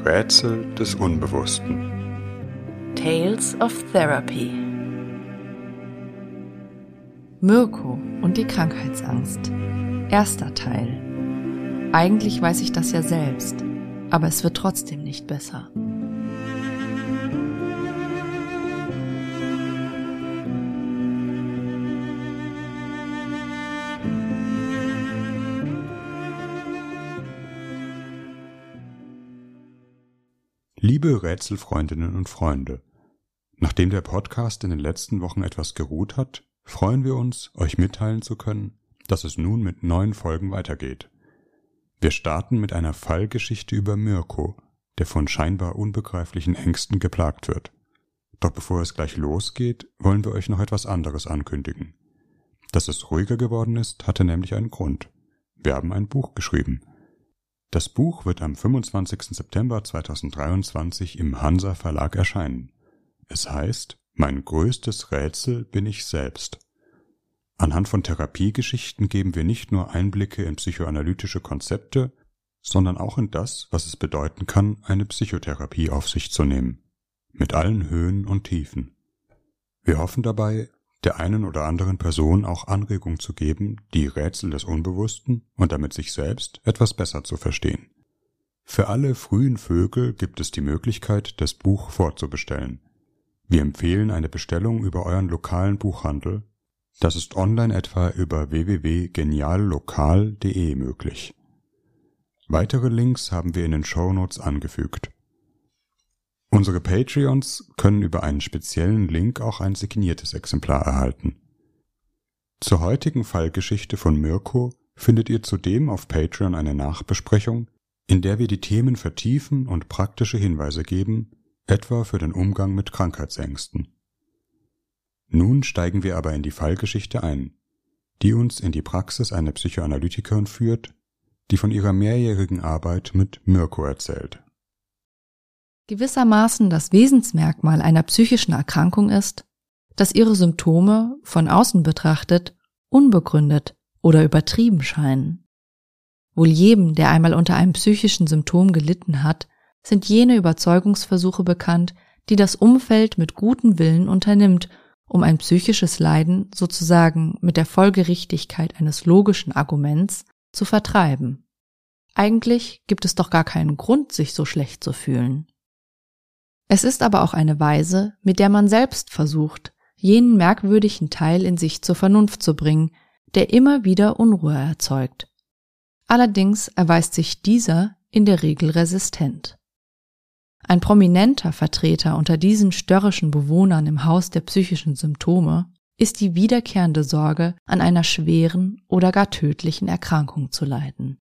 Rätsel des Unbewussten. Tales of Therapy. Mirko und die Krankheitsangst. Erster Teil. Eigentlich weiß ich das ja selbst, aber es wird trotzdem nicht besser. Liebe Rätselfreundinnen und Freunde, nachdem der Podcast in den letzten Wochen etwas geruht hat, freuen wir uns, euch mitteilen zu können, dass es nun mit 9 Folgen weitergeht. Wir starten mit einer Fallgeschichte über Mirko, der von scheinbar unbegreiflichen Ängsten geplagt wird. Doch bevor es gleich losgeht, wollen wir euch noch etwas anderes ankündigen. Dass es ruhiger geworden ist, hatte nämlich einen Grund. Wir haben ein Buch geschrieben. Das Buch wird am 25. September 2023 im Hansa Verlag erscheinen. Es heißt, mein größtes Rätsel bin ich selbst. Anhand von Therapiegeschichten geben wir nicht nur Einblicke in psychoanalytische Konzepte, sondern auch in das, was es bedeuten kann, eine Psychotherapie auf sich zu nehmen. Mit allen Höhen und Tiefen. Wir hoffen dabei, der einen oder anderen Person auch Anregung zu geben, die Rätsel des Unbewussten und damit sich selbst etwas besser zu verstehen. Für alle frühen Vögel gibt es die Möglichkeit, das Buch vorzubestellen. Wir empfehlen eine Bestellung über euren lokalen Buchhandel. Das ist online etwa über www.geniallokal.de möglich. Weitere Links haben wir in den Shownotes angefügt. Unsere Patreons können über einen speziellen Link auch ein signiertes Exemplar erhalten. Zur heutigen Fallgeschichte von Mirko findet ihr zudem auf Patreon eine Nachbesprechung, in der wir die Themen vertiefen und praktische Hinweise geben, etwa für den Umgang mit Krankheitsängsten. Nun steigen wir aber in die Fallgeschichte ein, die uns in die Praxis einer Psychoanalytikerin führt, die von ihrer mehrjährigen Arbeit mit Mirko erzählt. Gewissermaßen das Wesensmerkmal einer psychischen Erkrankung ist, dass ihre Symptome von außen betrachtet unbegründet oder übertrieben scheinen. Wohl jedem, der einmal unter einem psychischen Symptom gelitten hat, sind jene Überzeugungsversuche bekannt, die das Umfeld mit gutem Willen unternimmt, um ein psychisches Leiden sozusagen mit der Folgerichtigkeit eines logischen Arguments zu vertreiben. Eigentlich gibt es doch gar keinen Grund, sich so schlecht zu fühlen. Es ist aber auch eine Weise, mit der man selbst versucht, jenen merkwürdigen Teil in sich zur Vernunft zu bringen, der immer wieder Unruhe erzeugt. Allerdings erweist sich dieser in der Regel resistent. Ein prominenter Vertreter unter diesen störrischen Bewohnern im Haus der psychischen Symptome ist die wiederkehrende Sorge, an einer schweren oder gar tödlichen Erkrankung zu leiden.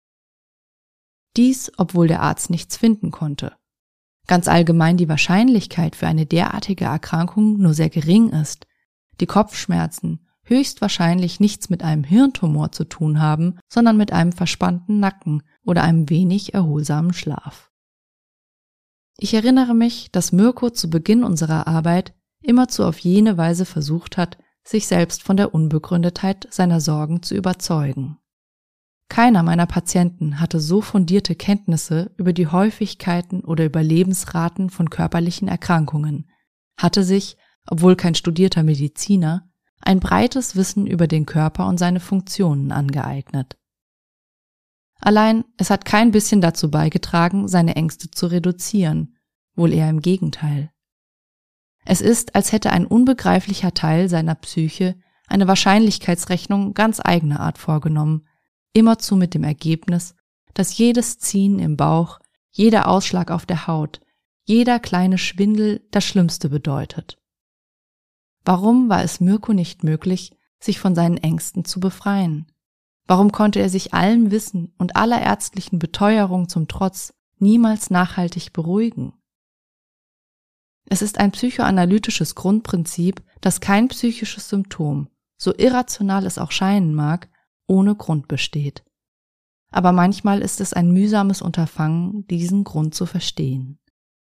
Dies, obwohl der Arzt nichts finden konnte. Ganz allgemein die Wahrscheinlichkeit für eine derartige Erkrankung nur sehr gering ist, die Kopfschmerzen höchstwahrscheinlich nichts mit einem Hirntumor zu tun haben, sondern mit einem verspannten Nacken oder einem wenig erholsamen Schlaf. Ich erinnere mich, dass Mirko zu Beginn unserer Arbeit immerzu auf jene Weise versucht hat, sich selbst von der Unbegründetheit seiner Sorgen zu überzeugen. Keiner meiner Patienten hatte so fundierte Kenntnisse über die Häufigkeiten oder Überlebensraten von körperlichen Erkrankungen, hatte sich, obwohl kein studierter Mediziner, ein breites Wissen über den Körper und seine Funktionen angeeignet. Allein, es hat kein bisschen dazu beigetragen, seine Ängste zu reduzieren, wohl eher im Gegenteil. Es ist, als hätte ein unbegreiflicher Teil seiner Psyche eine Wahrscheinlichkeitsrechnung ganz eigener Art vorgenommen, immerzu mit dem Ergebnis, dass jedes Ziehen im Bauch, jeder Ausschlag auf der Haut, jeder kleine Schwindel das Schlimmste bedeutet. Warum war es Mirko nicht möglich, sich von seinen Ängsten zu befreien? Warum konnte er sich allem Wissen und aller ärztlichen Beteuerung zum Trotz niemals nachhaltig beruhigen? Es ist ein psychoanalytisches Grundprinzip, dass kein psychisches Symptom, so irrational es auch scheinen mag, ohne Grund besteht. Aber manchmal ist es ein mühsames Unterfangen, diesen Grund zu verstehen.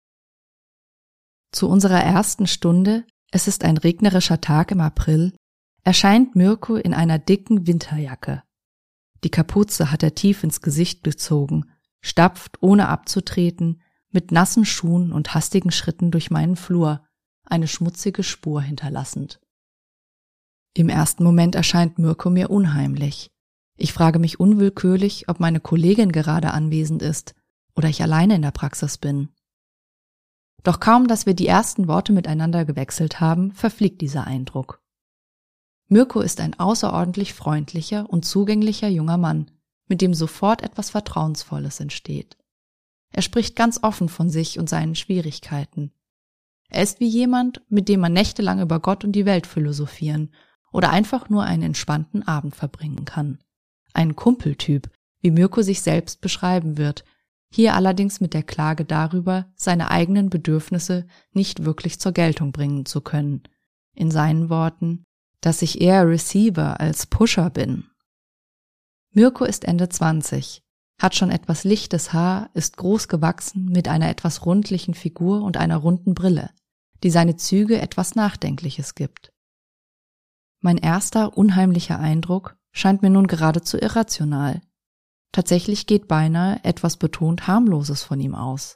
Zu unserer ersten Stunde, es ist ein regnerischer Tag im April, erscheint Mirko in einer dicken Winterjacke. Die Kapuze hat er tief ins Gesicht gezogen, stapft, ohne abzutreten, mit nassen Schuhen und hastigen Schritten durch meinen Flur, eine schmutzige Spur hinterlassend. Im ersten Moment erscheint Mirko mir unheimlich. Ich frage mich unwillkürlich, ob meine Kollegin gerade anwesend ist oder ich alleine in der Praxis bin. Doch kaum, dass wir die ersten Worte miteinander gewechselt haben, verfliegt dieser Eindruck. Mirko ist ein außerordentlich freundlicher und zugänglicher junger Mann, mit dem sofort etwas Vertrauensvolles entsteht. Er spricht ganz offen von sich und seinen Schwierigkeiten. Er ist wie jemand, mit dem man nächtelang über Gott und die Welt philosophieren oder einfach nur einen entspannten Abend verbringen kann. Ein Kumpeltyp, wie Mirko sich selbst beschreiben wird, hier allerdings mit der Klage darüber, seine eigenen Bedürfnisse nicht wirklich zur Geltung bringen zu können. In seinen Worten, dass ich eher Receiver als Pusher bin. Mirko ist Ende 20, hat schon etwas lichtes Haar, ist groß gewachsen mit einer etwas rundlichen Figur und einer runden Brille, die seine Züge etwas Nachdenkliches gibt. Mein erster unheimlicher Eindruck scheint mir nun geradezu irrational. Tatsächlich geht beinahe etwas betont Harmloses von ihm aus.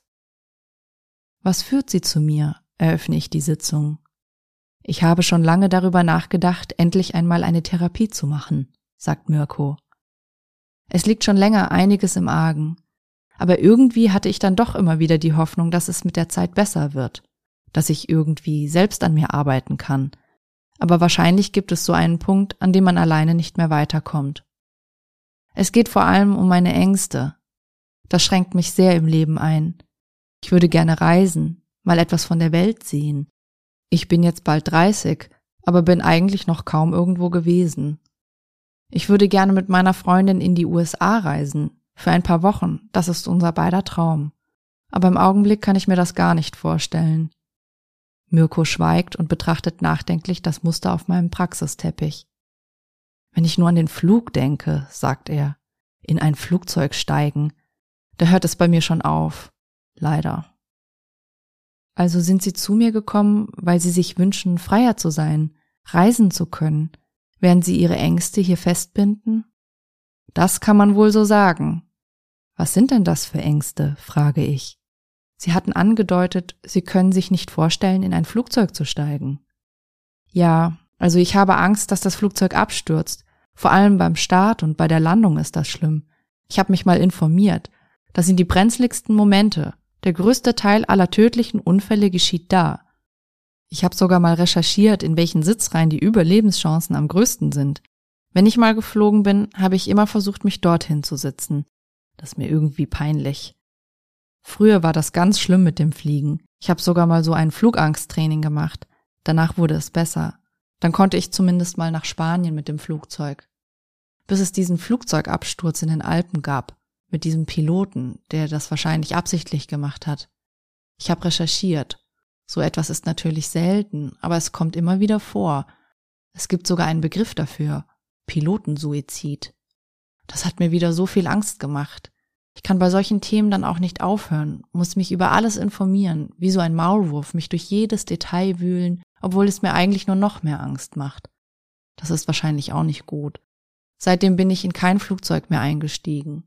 Was führt Sie zu mir? Eröffne ich die Sitzung. Ich habe schon lange darüber nachgedacht, endlich einmal eine Therapie zu machen, sagt Mirko. Es liegt schon länger einiges im Argen, aber irgendwie hatte ich dann doch immer wieder die Hoffnung, dass es mit der Zeit besser wird, dass ich irgendwie selbst an mir arbeiten kann. Aber wahrscheinlich gibt es so einen Punkt, an dem man alleine nicht mehr weiterkommt. Es geht vor allem um meine Ängste. Das schränkt mich sehr im Leben ein. Ich würde gerne reisen, mal etwas von der Welt sehen. Ich bin jetzt bald 30, aber bin eigentlich noch kaum irgendwo gewesen. Ich würde gerne mit meiner Freundin in die USA reisen, für ein paar Wochen, das ist unser beider Traum. Aber im Augenblick kann ich mir das gar nicht vorstellen. Mirko schweigt und betrachtet nachdenklich das Muster auf meinem Praxisteppich. Wenn ich nur an den Flug denke, sagt er, in ein Flugzeug steigen, da hört es bei mir schon auf, leider. Also sind Sie zu mir gekommen, weil Sie sich wünschen, freier zu sein, reisen zu können, während Sie Ihre Ängste hier festbinden? Das kann man wohl so sagen. Was sind denn das für Ängste, frage ich. Sie hatten angedeutet, Sie können sich nicht vorstellen, in ein Flugzeug zu steigen. Ja, also ich habe Angst, dass das Flugzeug abstürzt. Vor allem beim Start und bei der Landung ist das schlimm. Ich habe mich mal informiert. Das sind die brenzligsten Momente. Der größte Teil aller tödlichen Unfälle geschieht da. Ich habe sogar mal recherchiert, in welchen Sitzreihen die Überlebenschancen am größten sind. Wenn ich mal geflogen bin, habe ich immer versucht, mich dorthin zu sitzen. Das ist mir irgendwie peinlich. Früher war das ganz schlimm mit dem Fliegen. Ich habe sogar mal so ein Flugangsttraining gemacht. Danach wurde es besser. Dann konnte ich zumindest mal nach Spanien mit dem Flugzeug. Bis es diesen Flugzeugabsturz in den Alpen gab, mit diesem Piloten, der das wahrscheinlich absichtlich gemacht hat. Ich habe recherchiert. So etwas ist natürlich selten, aber es kommt immer wieder vor. Es gibt sogar einen Begriff dafür, Pilotensuizid. Das hat mir wieder so viel Angst gemacht. Ich kann bei solchen Themen dann auch nicht aufhören, muss mich über alles informieren, wie so ein Maulwurf, mich durch jedes Detail wühlen, obwohl es mir eigentlich nur noch mehr Angst macht. Das ist wahrscheinlich auch nicht gut. Seitdem bin ich in kein Flugzeug mehr eingestiegen.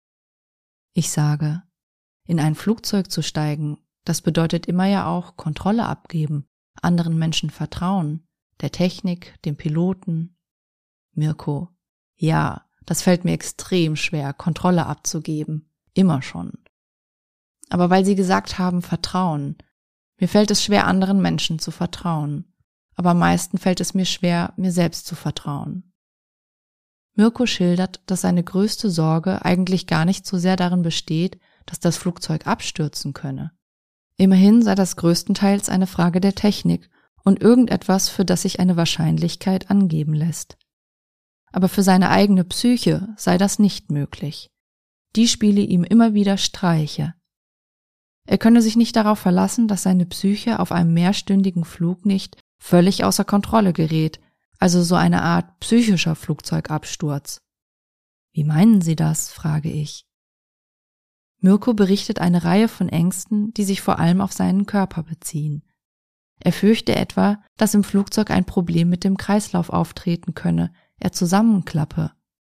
Ich sage, in ein Flugzeug zu steigen, das bedeutet immer ja auch Kontrolle abgeben, anderen Menschen vertrauen, der Technik, dem Piloten. Mirko, ja, das fällt mir extrem schwer, Kontrolle abzugeben, immer schon. Aber weil Sie gesagt haben, Vertrauen, mir fällt es schwer, anderen Menschen zu vertrauen, aber am meisten fällt es mir schwer, mir selbst zu vertrauen. Mirko schildert, dass seine größte Sorge eigentlich gar nicht so sehr darin besteht, dass das Flugzeug abstürzen könne. Immerhin sei das größtenteils eine Frage der Technik und irgendetwas, für das sich eine Wahrscheinlichkeit angeben lässt. Aber für seine eigene Psyche sei das nicht möglich. Die spiele ihm immer wieder Streiche. Er könne sich nicht darauf verlassen, dass seine Psyche auf einem mehrstündigen Flug nicht völlig außer Kontrolle gerät, also so eine Art psychischer Flugzeugabsturz. Wie meinen Sie das, frage ich. Mirko berichtet eine Reihe von Ängsten, die sich vor allem auf seinen Körper beziehen. Er fürchte etwa, dass im Flugzeug ein Problem mit dem Kreislauf auftreten könne, er zusammenklappe.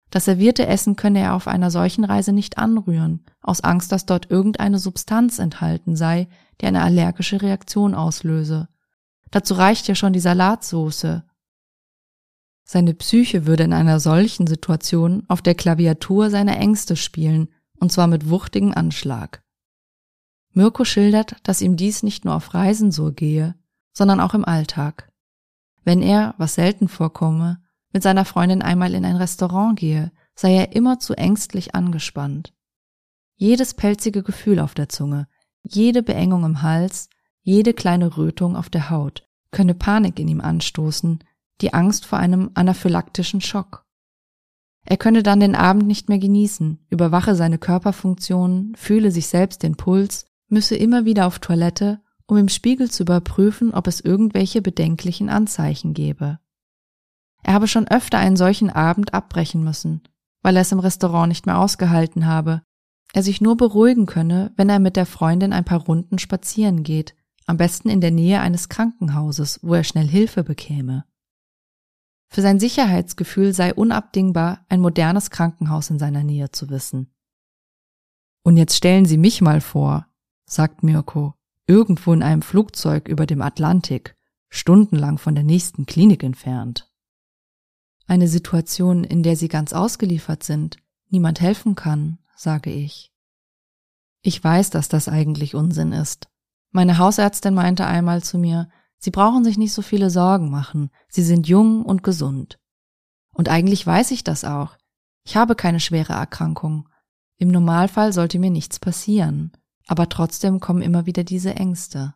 Das servierte Essen könne er auf einer solchen Reise nicht anrühren, aus Angst, dass dort irgendeine Substanz enthalten sei, die eine allergische Reaktion auslöse. Dazu reicht ja schon die Salatsoße. Seine Psyche würde in einer solchen Situation auf der Klaviatur seiner Ängste spielen, und zwar mit wuchtigem Anschlag. Mirko schildert, dass ihm dies nicht nur auf Reisen so gehe, sondern auch im Alltag. Wenn er, was selten vorkomme, mit seiner Freundin einmal in ein Restaurant gehe, sei er immer zu ängstlich angespannt. Jedes pelzige Gefühl auf der Zunge, jede Beengung im Hals, jede kleine Rötung auf der Haut könne Panik in ihm anstoßen, die Angst vor einem anaphylaktischen Schock. Er könne dann den Abend nicht mehr genießen, überwache seine Körperfunktionen, fühle sich selbst den Puls, müsse immer wieder auf Toilette, um im Spiegel zu überprüfen, ob es irgendwelche bedenklichen Anzeichen gebe. Er habe schon öfter einen solchen Abend abbrechen müssen, weil er es im Restaurant nicht mehr ausgehalten habe, er sich nur beruhigen könne, wenn er mit der Freundin ein paar Runden spazieren geht, am besten in der Nähe eines Krankenhauses, wo er schnell Hilfe bekäme. Für sein Sicherheitsgefühl sei unabdingbar, ein modernes Krankenhaus in seiner Nähe zu wissen. Und jetzt stellen Sie mich mal vor, sagt Mirko, irgendwo in einem Flugzeug über dem Atlantik, stundenlang von der nächsten Klinik entfernt. Eine Situation, in der Sie ganz ausgeliefert sind, niemand helfen kann, sage ich. Ich weiß, dass das eigentlich Unsinn ist. Meine Hausärztin meinte einmal zu mir, Sie brauchen sich nicht so viele Sorgen machen, Sie sind jung und gesund. Und eigentlich weiß ich das auch. Ich habe keine schwere Erkrankung. Im Normalfall sollte mir nichts passieren, aber trotzdem kommen immer wieder diese Ängste.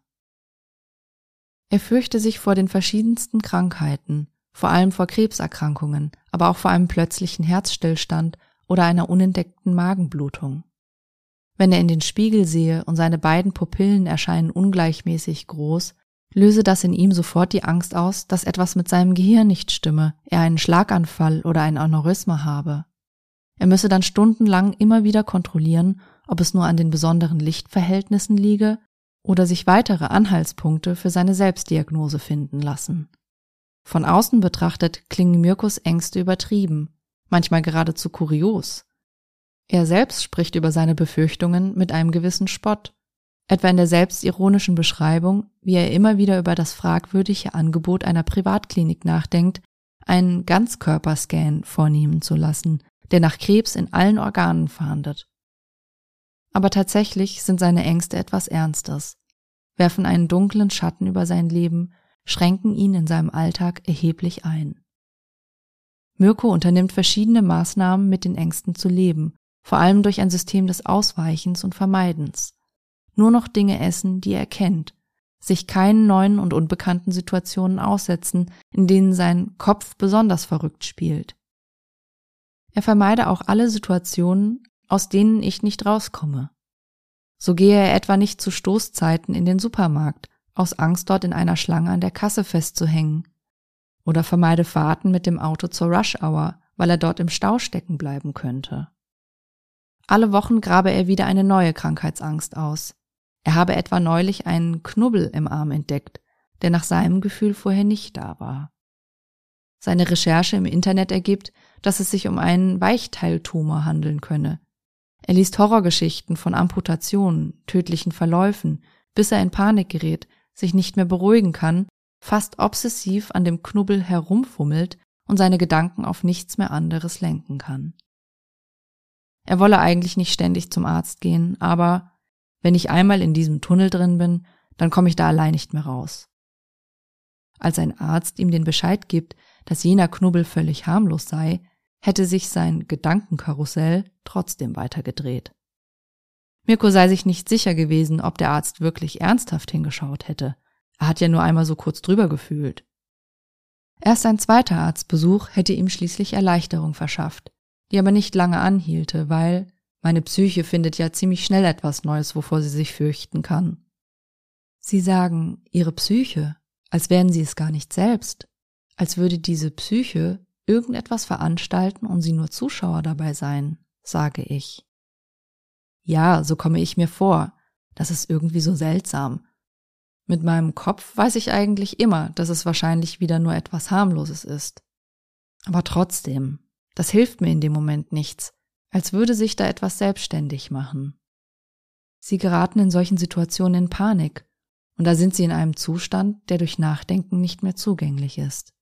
Er fürchte sich vor den verschiedensten Krankheiten, vor allem vor Krebserkrankungen, aber auch vor einem plötzlichen Herzstillstand oder einer unentdeckten Magenblutung. Wenn er in den Spiegel sehe und seine beiden Pupillen erscheinen ungleichmäßig groß, löse das in ihm sofort die Angst aus, dass etwas mit seinem Gehirn nicht stimme, er einen Schlaganfall oder ein Aneurysma habe. Er müsse dann stundenlang immer wieder kontrollieren, ob es nur an den besonderen Lichtverhältnissen liege oder sich weitere Anhaltspunkte für seine Selbstdiagnose finden lassen. Von außen betrachtet klingen Mirkos Ängste übertrieben, manchmal geradezu kurios. Er selbst spricht über seine Befürchtungen mit einem gewissen Spott, etwa in der selbstironischen Beschreibung, wie er immer wieder über das fragwürdige Angebot einer Privatklinik nachdenkt, einen Ganzkörperscan vornehmen zu lassen, der nach Krebs in allen Organen fahndet. Aber tatsächlich sind seine Ängste etwas Ernstes, werfen einen dunklen Schatten über sein Leben, schränken ihn in seinem Alltag erheblich ein. Mirko unternimmt verschiedene Maßnahmen, mit den Ängsten zu leben, vor allem durch ein System des Ausweichens und Vermeidens. Nur noch Dinge essen, die er kennt, sich keinen neuen und unbekannten Situationen aussetzen, in denen sein Kopf besonders verrückt spielt. Er vermeide auch alle Situationen, aus denen ich nicht rauskomme. So gehe er etwa nicht zu Stoßzeiten in den Supermarkt, aus Angst dort in einer Schlange an der Kasse festzuhängen, oder vermeide Fahrten mit dem Auto zur Rush-Hour, weil er dort im Stau stecken bleiben könnte. Alle Wochen grabe er wieder eine neue Krankheitsangst aus. Er habe etwa neulich einen Knubbel im Arm entdeckt, der nach seinem Gefühl vorher nicht da war. Seine Recherche im Internet ergibt, dass es sich um einen Weichteiltumor handeln könne. Er liest Horrorgeschichten von Amputationen, tödlichen Verläufen, bis er in Panik gerät, sich nicht mehr beruhigen kann, fast obsessiv an dem Knubbel herumfummelt und seine Gedanken auf nichts mehr anderes lenken kann. Er wolle eigentlich nicht ständig zum Arzt gehen, aber wenn ich einmal in diesem Tunnel drin bin, dann komme ich da allein nicht mehr raus. Als ein Arzt ihm den Bescheid gibt, dass jener Knubbel völlig harmlos sei, hätte sich sein Gedankenkarussell trotzdem weitergedreht. Mirko sei sich nicht sicher gewesen, ob der Arzt wirklich ernsthaft hingeschaut hätte. Er hat ja nur einmal so kurz drüber gefühlt. Erst ein zweiter Arztbesuch hätte ihm schließlich Erleichterung verschafft, die aber nicht lange anhielte, weil meine Psyche findet ja ziemlich schnell etwas Neues, wovor sie sich fürchten kann. Sie sagen, Ihre Psyche, als wären Sie es gar nicht selbst, als würde diese Psyche irgendetwas veranstalten und Sie nur Zuschauer dabei sein, sage ich. Ja, so komme ich mir vor. Das ist irgendwie so seltsam. Mit meinem Kopf weiß ich eigentlich immer, dass es wahrscheinlich wieder nur etwas Harmloses ist. Aber trotzdem, Das hilft mir in dem Moment nichts, als würde sich da etwas selbstständig machen. Sie geraten in solchen Situationen in Panik und da sind sie in einem Zustand, der durch Nachdenken nicht mehr zugänglich ist.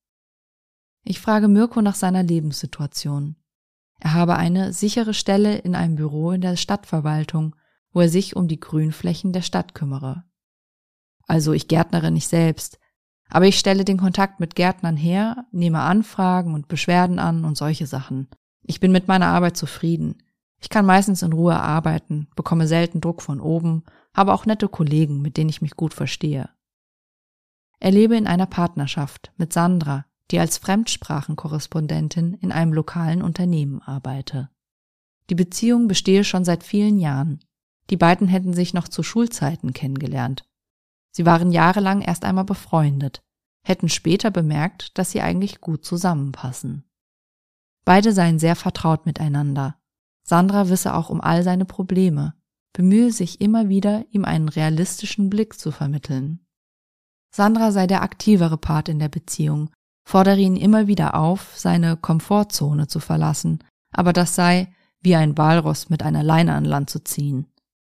Ich frage Mirko nach seiner Lebenssituation. Er habe eine sichere Stelle in einem Büro in der Stadtverwaltung, wo er sich um die Grünflächen der Stadt kümmere. Also ich gärtnere nicht selbst, aber ich stelle den Kontakt mit Gärtnern her, nehme Anfragen und Beschwerden an und solche Sachen. Ich bin mit meiner Arbeit zufrieden. Ich kann meistens in Ruhe arbeiten, bekomme selten Druck von oben, habe auch nette Kollegen, mit denen ich mich gut verstehe. Er lebe in einer Partnerschaft mit Sandra, die als Fremdsprachenkorrespondentin in einem lokalen Unternehmen arbeite. Die Beziehung bestehe schon seit vielen Jahren. Die beiden hätten sich noch zu Schulzeiten kennengelernt. Sie waren jahrelang erst einmal befreundet, hätten später bemerkt, dass sie eigentlich gut zusammenpassen. Beide seien sehr vertraut miteinander. Sandra wisse auch um all seine Probleme, bemühe sich immer wieder, ihm einen realistischen Blick zu vermitteln. Sandra sei der aktivere Part in der Beziehung, fordere ihn immer wieder auf, seine Komfortzone zu verlassen, aber das sei, wie ein Walross mit einer Leine an Land zu ziehen.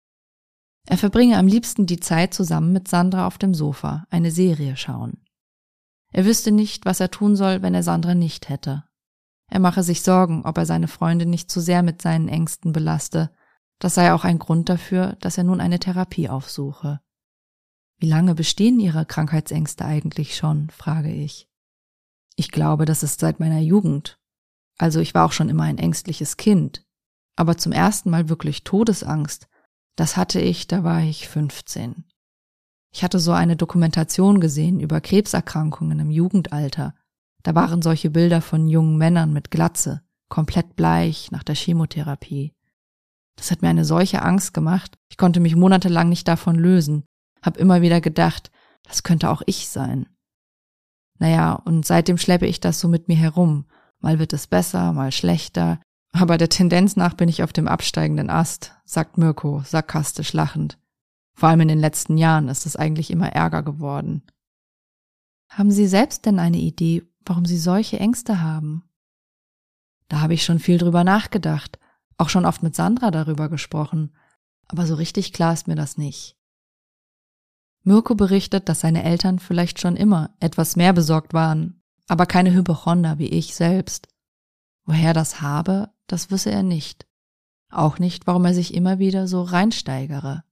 Er verbringe am liebsten die Zeit zusammen mit Sandra auf dem Sofa, eine Serie schauen. Er wüsste nicht, was er tun soll, wenn er Sandra nicht hätte. Er mache sich Sorgen, ob er seine Freundin nicht zu sehr mit seinen Ängsten belaste. Das sei auch ein Grund dafür, dass er nun eine Therapie aufsuche. Wie lange bestehen Ihre Krankheitsängste eigentlich schon, frage ich. Ich glaube, das ist seit meiner Jugend. Also ich war auch schon immer ein ängstliches Kind. Aber zum ersten Mal wirklich Todesangst, das hatte ich, da war ich 15. Ich hatte so eine Dokumentation gesehen über Krebserkrankungen im Jugendalter. Da waren solche Bilder von jungen Männern mit Glatze, komplett bleich nach der Chemotherapie. Das hat mir eine solche Angst gemacht, ich konnte mich monatelang nicht davon lösen, hab immer wieder gedacht, das könnte auch ich sein. Naja, und seitdem schleppe ich das so mit mir herum. Mal wird es besser, mal schlechter, aber der Tendenz nach bin ich auf dem absteigenden Ast, sagt Mirko, sarkastisch lachend. Vor allem in den letzten Jahren ist es eigentlich immer ärger geworden. Haben Sie selbst denn eine Idee, warum Sie solche Ängste haben? Da habe ich schon viel drüber nachgedacht, auch schon oft mit Sandra darüber gesprochen, aber so richtig klar ist mir das nicht. Mirko berichtet, dass seine Eltern vielleicht schon immer etwas mehr besorgt waren, aber keine Hypochonder wie ich selbst. Woher das habe, das wisse er nicht. Auch nicht, warum er sich immer wieder so reinsteigere.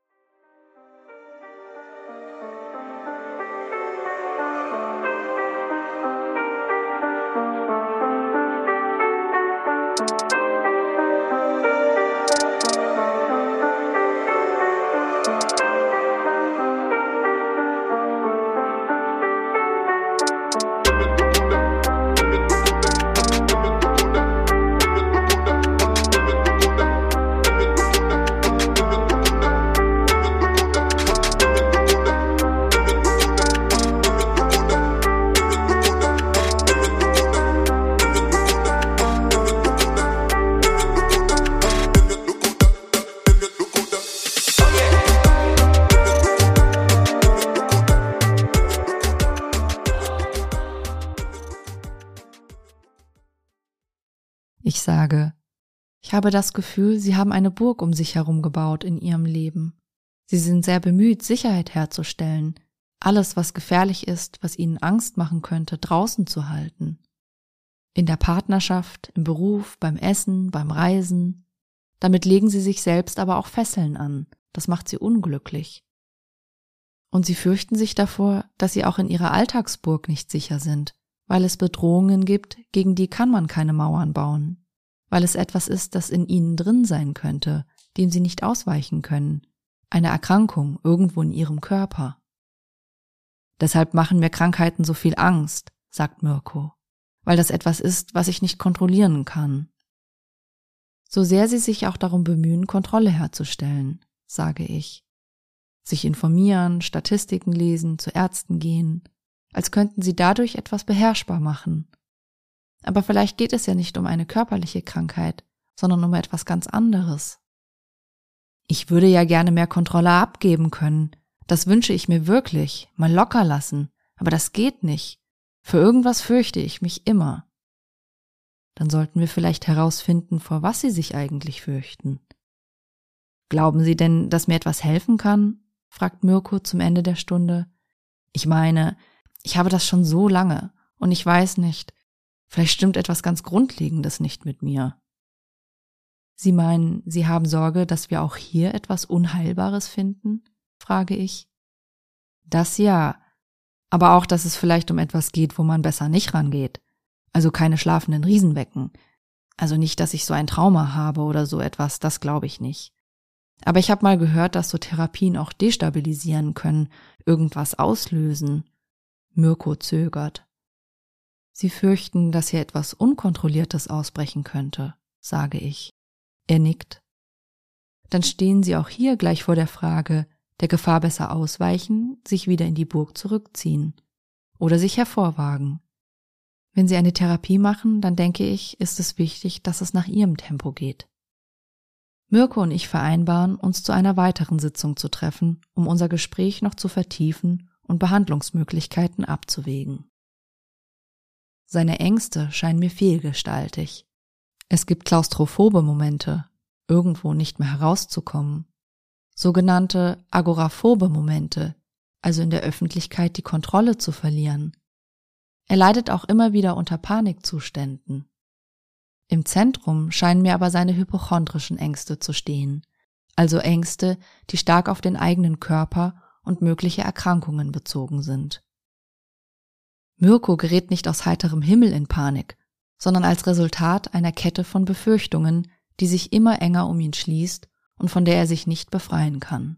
Ich sage, ich habe das Gefühl, Sie haben eine Burg um sich herum gebaut in Ihrem Leben. Sie sind sehr bemüht, Sicherheit herzustellen, alles, was gefährlich ist, was Ihnen Angst machen könnte, draußen zu halten. In der Partnerschaft, im Beruf, beim Essen, beim Reisen. Damit legen Sie sich selbst aber auch Fesseln an. Das macht Sie unglücklich. Und Sie fürchten sich davor, dass Sie auch in Ihrer Alltagsburg nicht sicher sind, weil es Bedrohungen gibt, gegen die kann man keine Mauern bauen, weil es etwas ist, das in ihnen drin sein könnte, dem sie nicht ausweichen können, eine Erkrankung irgendwo in ihrem Körper. Deshalb machen mir Krankheiten so viel Angst, sagt Mirko, weil das etwas ist, was ich nicht kontrollieren kann. So sehr sie sich auch darum bemühen, Kontrolle herzustellen, sage ich. Sich informieren, Statistiken lesen, zu Ärzten gehen, als könnten sie dadurch etwas beherrschbar machen. Aber vielleicht geht es ja nicht um eine körperliche Krankheit, sondern um etwas ganz anderes. Ich würde ja gerne mehr Kontrolle abgeben können. Das wünsche ich mir wirklich, mal locker lassen. Aber das geht nicht. Für irgendwas fürchte ich mich immer. Dann sollten wir vielleicht herausfinden, vor was Sie sich eigentlich fürchten. Glauben Sie denn, dass mir etwas helfen kann? Fragt Mirko zum Ende der Stunde. Ich meine, ich habe das schon so lange und ich weiß nicht, vielleicht stimmt etwas ganz Grundlegendes nicht mit mir. Sie meinen, Sie haben Sorge, dass wir auch hier etwas Unheilbares finden? Frage ich. Das ja, aber auch, dass es vielleicht um etwas geht, wo man besser nicht rangeht. Also keine schlafenden Riesen wecken. Also nicht, dass ich so ein Trauma habe oder so etwas, das glaube ich nicht. Aber ich habe mal gehört, dass so Therapien auch destabilisieren können, irgendwas auslösen. Mirko zögert. Sie fürchten, dass hier etwas Unkontrolliertes ausbrechen könnte, sage ich. Er nickt. Dann stehen Sie auch hier gleich vor der Frage, der Gefahr besser ausweichen, sich wieder in die Burg zurückziehen oder sich hervorwagen. Wenn Sie eine Therapie machen, dann denke ich, ist es wichtig, dass es nach Ihrem Tempo geht. Mirko und ich vereinbaren, uns zu einer weiteren Sitzung zu treffen, um unser Gespräch noch zu vertiefen und Behandlungsmöglichkeiten abzuwägen. Seine Ängste scheinen mir vielgestaltig. Es gibt klaustrophobe Momente, irgendwo nicht mehr herauszukommen. Sogenannte agoraphobe Momente, also in der Öffentlichkeit die Kontrolle zu verlieren. Er leidet auch immer wieder unter Panikzuständen. Im Zentrum scheinen mir aber seine hypochondrischen Ängste zu stehen, also Ängste, die stark auf den eigenen Körper und mögliche Erkrankungen bezogen sind. Mirko gerät nicht aus heiterem Himmel in Panik, sondern als Resultat einer Kette von Befürchtungen, die sich immer enger um ihn schließt und von der er sich nicht befreien kann.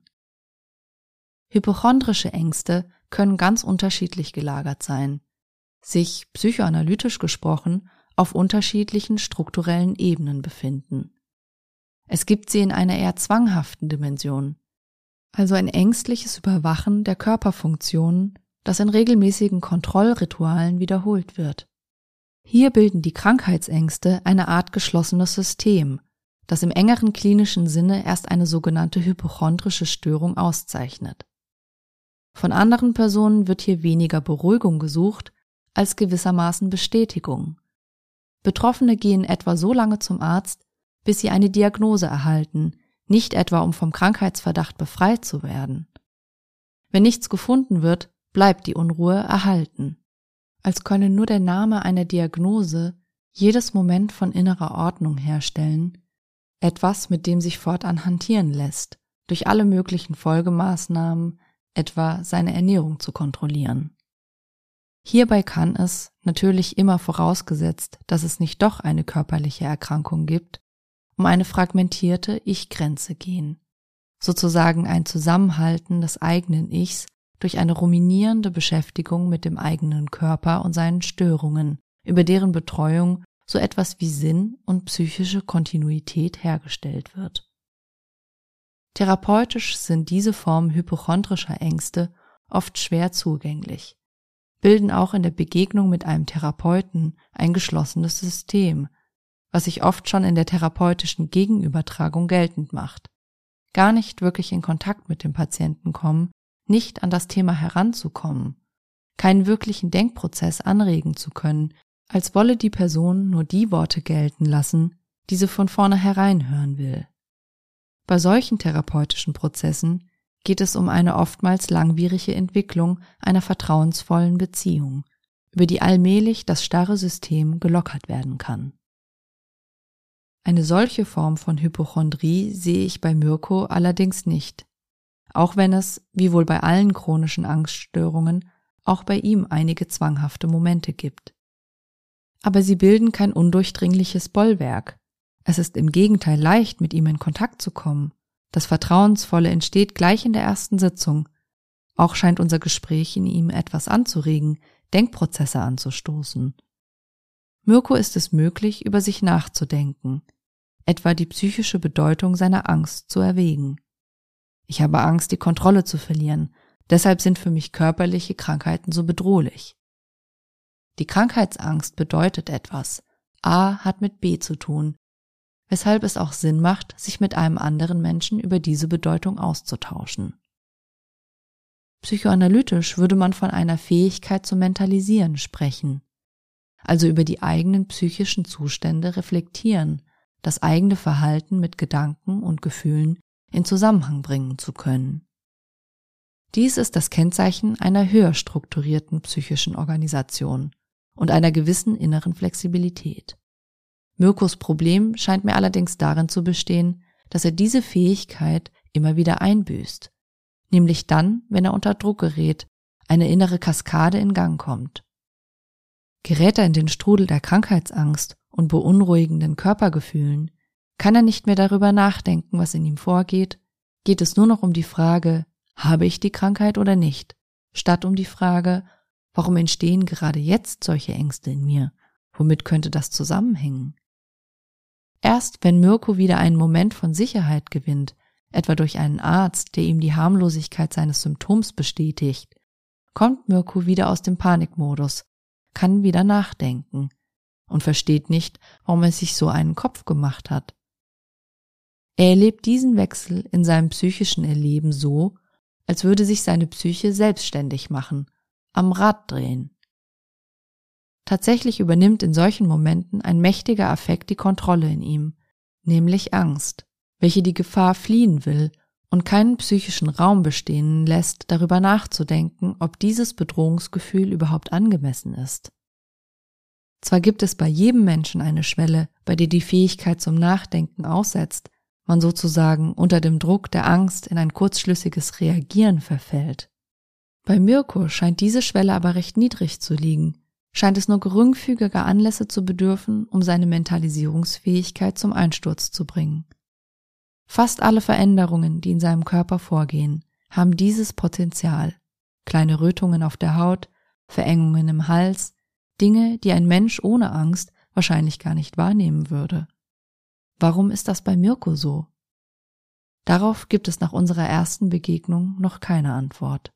Hypochondrische Ängste können ganz unterschiedlich gelagert sein, sich psychoanalytisch gesprochen auf unterschiedlichen strukturellen Ebenen befinden. Es gibt sie in einer eher zwanghaften Dimension, also ein ängstliches Überwachen der Körperfunktionen, das in regelmäßigen Kontrollritualen wiederholt wird. Hier bilden die Krankheitsängste eine Art geschlossenes System, das im engeren klinischen Sinne erst eine sogenannte hypochondrische Störung auszeichnet. Von anderen Personen wird hier weniger Beruhigung gesucht, als gewissermaßen Bestätigung. Betroffene gehen etwa so lange zum Arzt, bis sie eine Diagnose erhalten, nicht etwa um vom Krankheitsverdacht befreit zu werden. Wenn nichts gefunden wird, bleibt die Unruhe erhalten. Als könne nur der Name einer Diagnose jedes Moment von innerer Ordnung herstellen, etwas, mit dem sich fortan hantieren lässt, durch alle möglichen Folgemaßnahmen, etwa seine Ernährung zu kontrollieren. Hierbei kann es, natürlich immer vorausgesetzt, dass es nicht doch eine körperliche Erkrankung gibt, um eine fragmentierte Ich-Grenze gehen, sozusagen ein Zusammenhalten des eigenen Ichs durch eine ruminierende Beschäftigung mit dem eigenen Körper und seinen Störungen, über deren Betreuung so etwas wie Sinn und psychische Kontinuität hergestellt wird. Therapeutisch sind diese Formen hypochondrischer Ängste oft schwer zugänglich, bilden auch in der Begegnung mit einem Therapeuten ein geschlossenes System, was sich oft schon in der therapeutischen Gegenübertragung geltend macht. Gar nicht wirklich in Kontakt mit dem Patienten kommen, nicht an das Thema heranzukommen, keinen wirklichen Denkprozess anregen zu können, als wolle die Person nur die Worte gelten lassen, die sie von vornherein hören will. Bei solchen therapeutischen Prozessen geht es um eine oftmals langwierige Entwicklung einer vertrauensvollen Beziehung, über die allmählich das starre System gelockert werden kann. Eine solche Form von Hypochondrie sehe ich bei Mirko allerdings nicht, auch wenn es, wie wohl bei allen chronischen Angststörungen, auch bei ihm einige zwanghafte Momente gibt. Aber sie bilden kein undurchdringliches Bollwerk. Es ist im Gegenteil leicht, mit ihm in Kontakt zu kommen. Das Vertrauensvolle entsteht gleich in der ersten Sitzung. Auch scheint unser Gespräch in ihm etwas anzuregen, Denkprozesse anzustoßen. Mirko ist es möglich, über sich nachzudenken, etwa die psychische Bedeutung seiner Angst zu erwägen. Ich habe Angst, die Kontrolle zu verlieren, deshalb sind für mich körperliche Krankheiten so bedrohlich. Die Krankheitsangst bedeutet etwas. A hat mit B zu tun, weshalb es auch Sinn macht, sich mit einem anderen Menschen über diese Bedeutung auszutauschen. Psychoanalytisch würde man von einer Fähigkeit zum Mentalisieren sprechen. also über die eigenen psychischen Zustände reflektieren, das eigene Verhalten mit Gedanken und Gefühlen in Zusammenhang bringen zu können. Dies ist das Kennzeichen einer höher strukturierten psychischen Organisation und einer gewissen inneren Flexibilität. Mirkos Problem scheint mir allerdings darin zu bestehen, dass er diese Fähigkeit immer wieder einbüßt, nämlich dann, wenn er unter Druck gerät, eine innere Kaskade in Gang kommt. Gerät er in den Strudel der Krankheitsangst und beunruhigenden Körpergefühlen, kann er nicht mehr darüber nachdenken, was in ihm vorgeht, geht es nur noch um die Frage, habe ich die Krankheit oder nicht, statt um die Frage, warum entstehen gerade jetzt solche Ängste in mir, womit könnte das zusammenhängen? Erst wenn Mirko wieder einen Moment von Sicherheit gewinnt, etwa durch einen Arzt, der ihm die Harmlosigkeit seines Symptoms bestätigt, kommt Mirko wieder aus dem Panikmodus, kann wieder nachdenken und versteht nicht, warum er sich so einen Kopf gemacht hat. Er erlebt diesen Wechsel in seinem psychischen Erleben so, als würde sich seine Psyche selbstständig machen, am Rad drehen. Tatsächlich übernimmt in solchen Momenten ein mächtiger Affekt die Kontrolle in ihm, nämlich Angst, welche die Gefahr fliehen will und keinen psychischen Raum bestehen lässt, darüber nachzudenken, ob dieses Bedrohungsgefühl überhaupt angemessen ist. Zwar gibt es bei jedem Menschen eine Schwelle, bei der die Fähigkeit zum Nachdenken aussetzt, man sozusagen unter dem Druck der Angst in ein kurzschlüssiges Reagieren verfällt. Bei Mirko scheint diese Schwelle aber recht niedrig zu liegen, scheint es nur geringfügiger Anlässe zu bedürfen, um seine Mentalisierungsfähigkeit zum Einsturz zu bringen. Fast alle Veränderungen, die in seinem Körper vorgehen, haben dieses Potenzial. Kleine Rötungen auf der Haut, Verengungen im Hals, Dinge, die ein Mensch ohne Angst wahrscheinlich gar nicht wahrnehmen würde. Warum ist das bei Mirko so? Darauf gibt es nach unserer ersten Begegnung noch keine Antwort.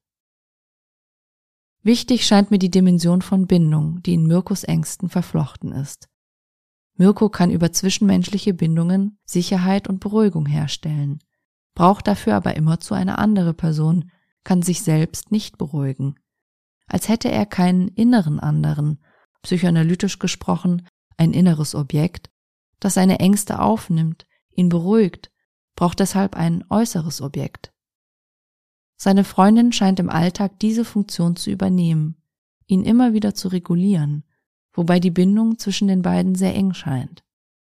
Wichtig scheint mir die Dimension von Bindung, die in Mirkos Ängsten verflochten ist. Mirko kann über zwischenmenschliche Bindungen Sicherheit und Beruhigung herstellen, braucht dafür aber immerzu eine andere Person, kann sich selbst nicht beruhigen. Als hätte er keinen inneren anderen, psychoanalytisch gesprochen ein inneres Objekt, das seine Ängste aufnimmt, ihn beruhigt, braucht deshalb ein äußeres Objekt. Seine Freundin scheint im Alltag diese Funktion zu übernehmen, ihn immer wieder zu regulieren, wobei die Bindung zwischen den beiden sehr eng scheint.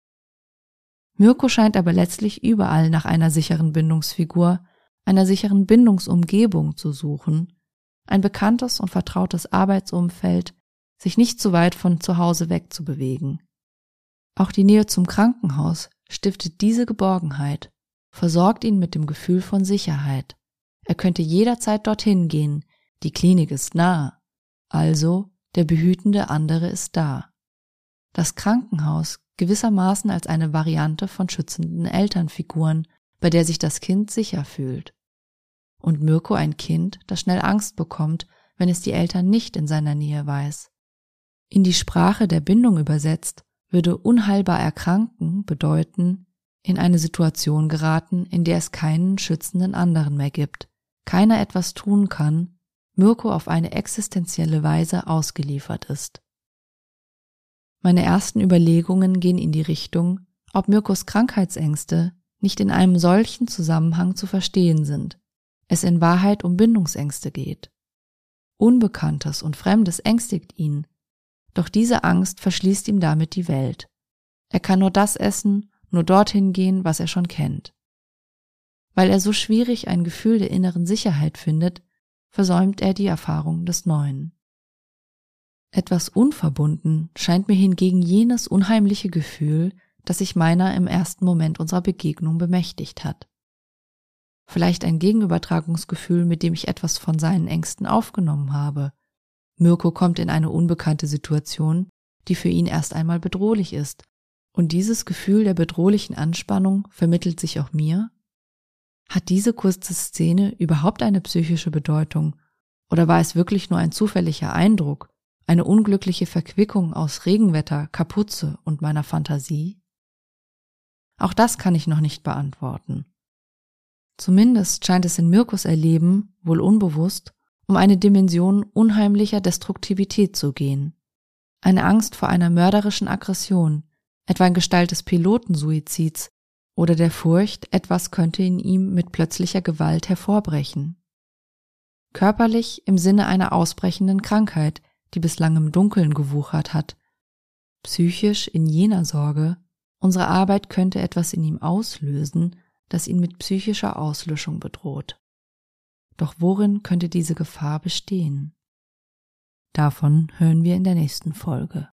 Mirko scheint aber letztlich überall nach einer sicheren Bindungsfigur, einer sicheren Bindungsumgebung zu suchen, ein bekanntes und vertrautes Arbeitsumfeld, sich nicht zu weit von zu Hause wegzubewegen. Auch die Nähe zum Krankenhaus stiftet diese Geborgenheit, versorgt ihn mit dem Gefühl von Sicherheit. Er könnte jederzeit dorthin gehen, die Klinik ist nah, also der behütende andere ist da. Das Krankenhaus gewissermaßen als eine Variante von schützenden Elternfiguren, bei der sich das Kind sicher fühlt. Und Mirko ein Kind, das schnell Angst bekommt, wenn es die Eltern nicht in seiner Nähe weiß. In die Sprache der Bindung übersetzt, würde unheilbar erkranken bedeuten, in eine Situation geraten, in der es keinen schützenden anderen mehr gibt, keiner etwas tun kann, Mirko auf eine existenzielle Weise ausgeliefert ist. Meine ersten Überlegungen gehen in die Richtung, ob Mirkos Krankheitsängste nicht in einem solchen Zusammenhang zu verstehen sind, es in Wahrheit um Bindungsängste geht. Unbekanntes und Fremdes ängstigt ihn, doch diese Angst verschließt ihm damit die Welt. Er kann nur das essen, nur dorthin gehen, was er schon kennt. Weil er so schwierig ein Gefühl der inneren Sicherheit findet, versäumt er die Erfahrung des Neuen. Etwas unverbunden scheint mir hingegen jenes unheimliche Gefühl, das sich meiner im ersten Moment unserer Begegnung bemächtigt hat. Vielleicht ein Gegenübertragungsgefühl, mit dem ich etwas von seinen Ängsten aufgenommen habe. Mirko kommt in eine unbekannte Situation, die für ihn erst einmal bedrohlich ist, und dieses Gefühl der bedrohlichen Anspannung vermittelt sich auch mir? Hat diese kurze Szene überhaupt eine psychische Bedeutung, oder war es wirklich nur ein zufälliger Eindruck, eine unglückliche Verquickung aus Regenwetter, Kapuze und meiner Fantasie? Auch das kann ich noch nicht beantworten. Zumindest scheint es in Mirkos Erleben, wohl unbewusst, um eine Dimension unheimlicher Destruktivität zu gehen. eine Angst vor einer mörderischen Aggression, etwa in Gestalt des Pilotensuizids oder der Furcht, etwas könnte in ihm mit plötzlicher Gewalt hervorbrechen. Körperlich im Sinne einer ausbrechenden Krankheit, die bislang im Dunkeln gewuchert hat. Psychisch in jener Sorge, unsere Arbeit könnte etwas in ihm auslösen, das ihn mit psychischer Auslöschung bedroht. Doch worin könnte diese Gefahr bestehen? Davon hören wir in der nächsten Folge.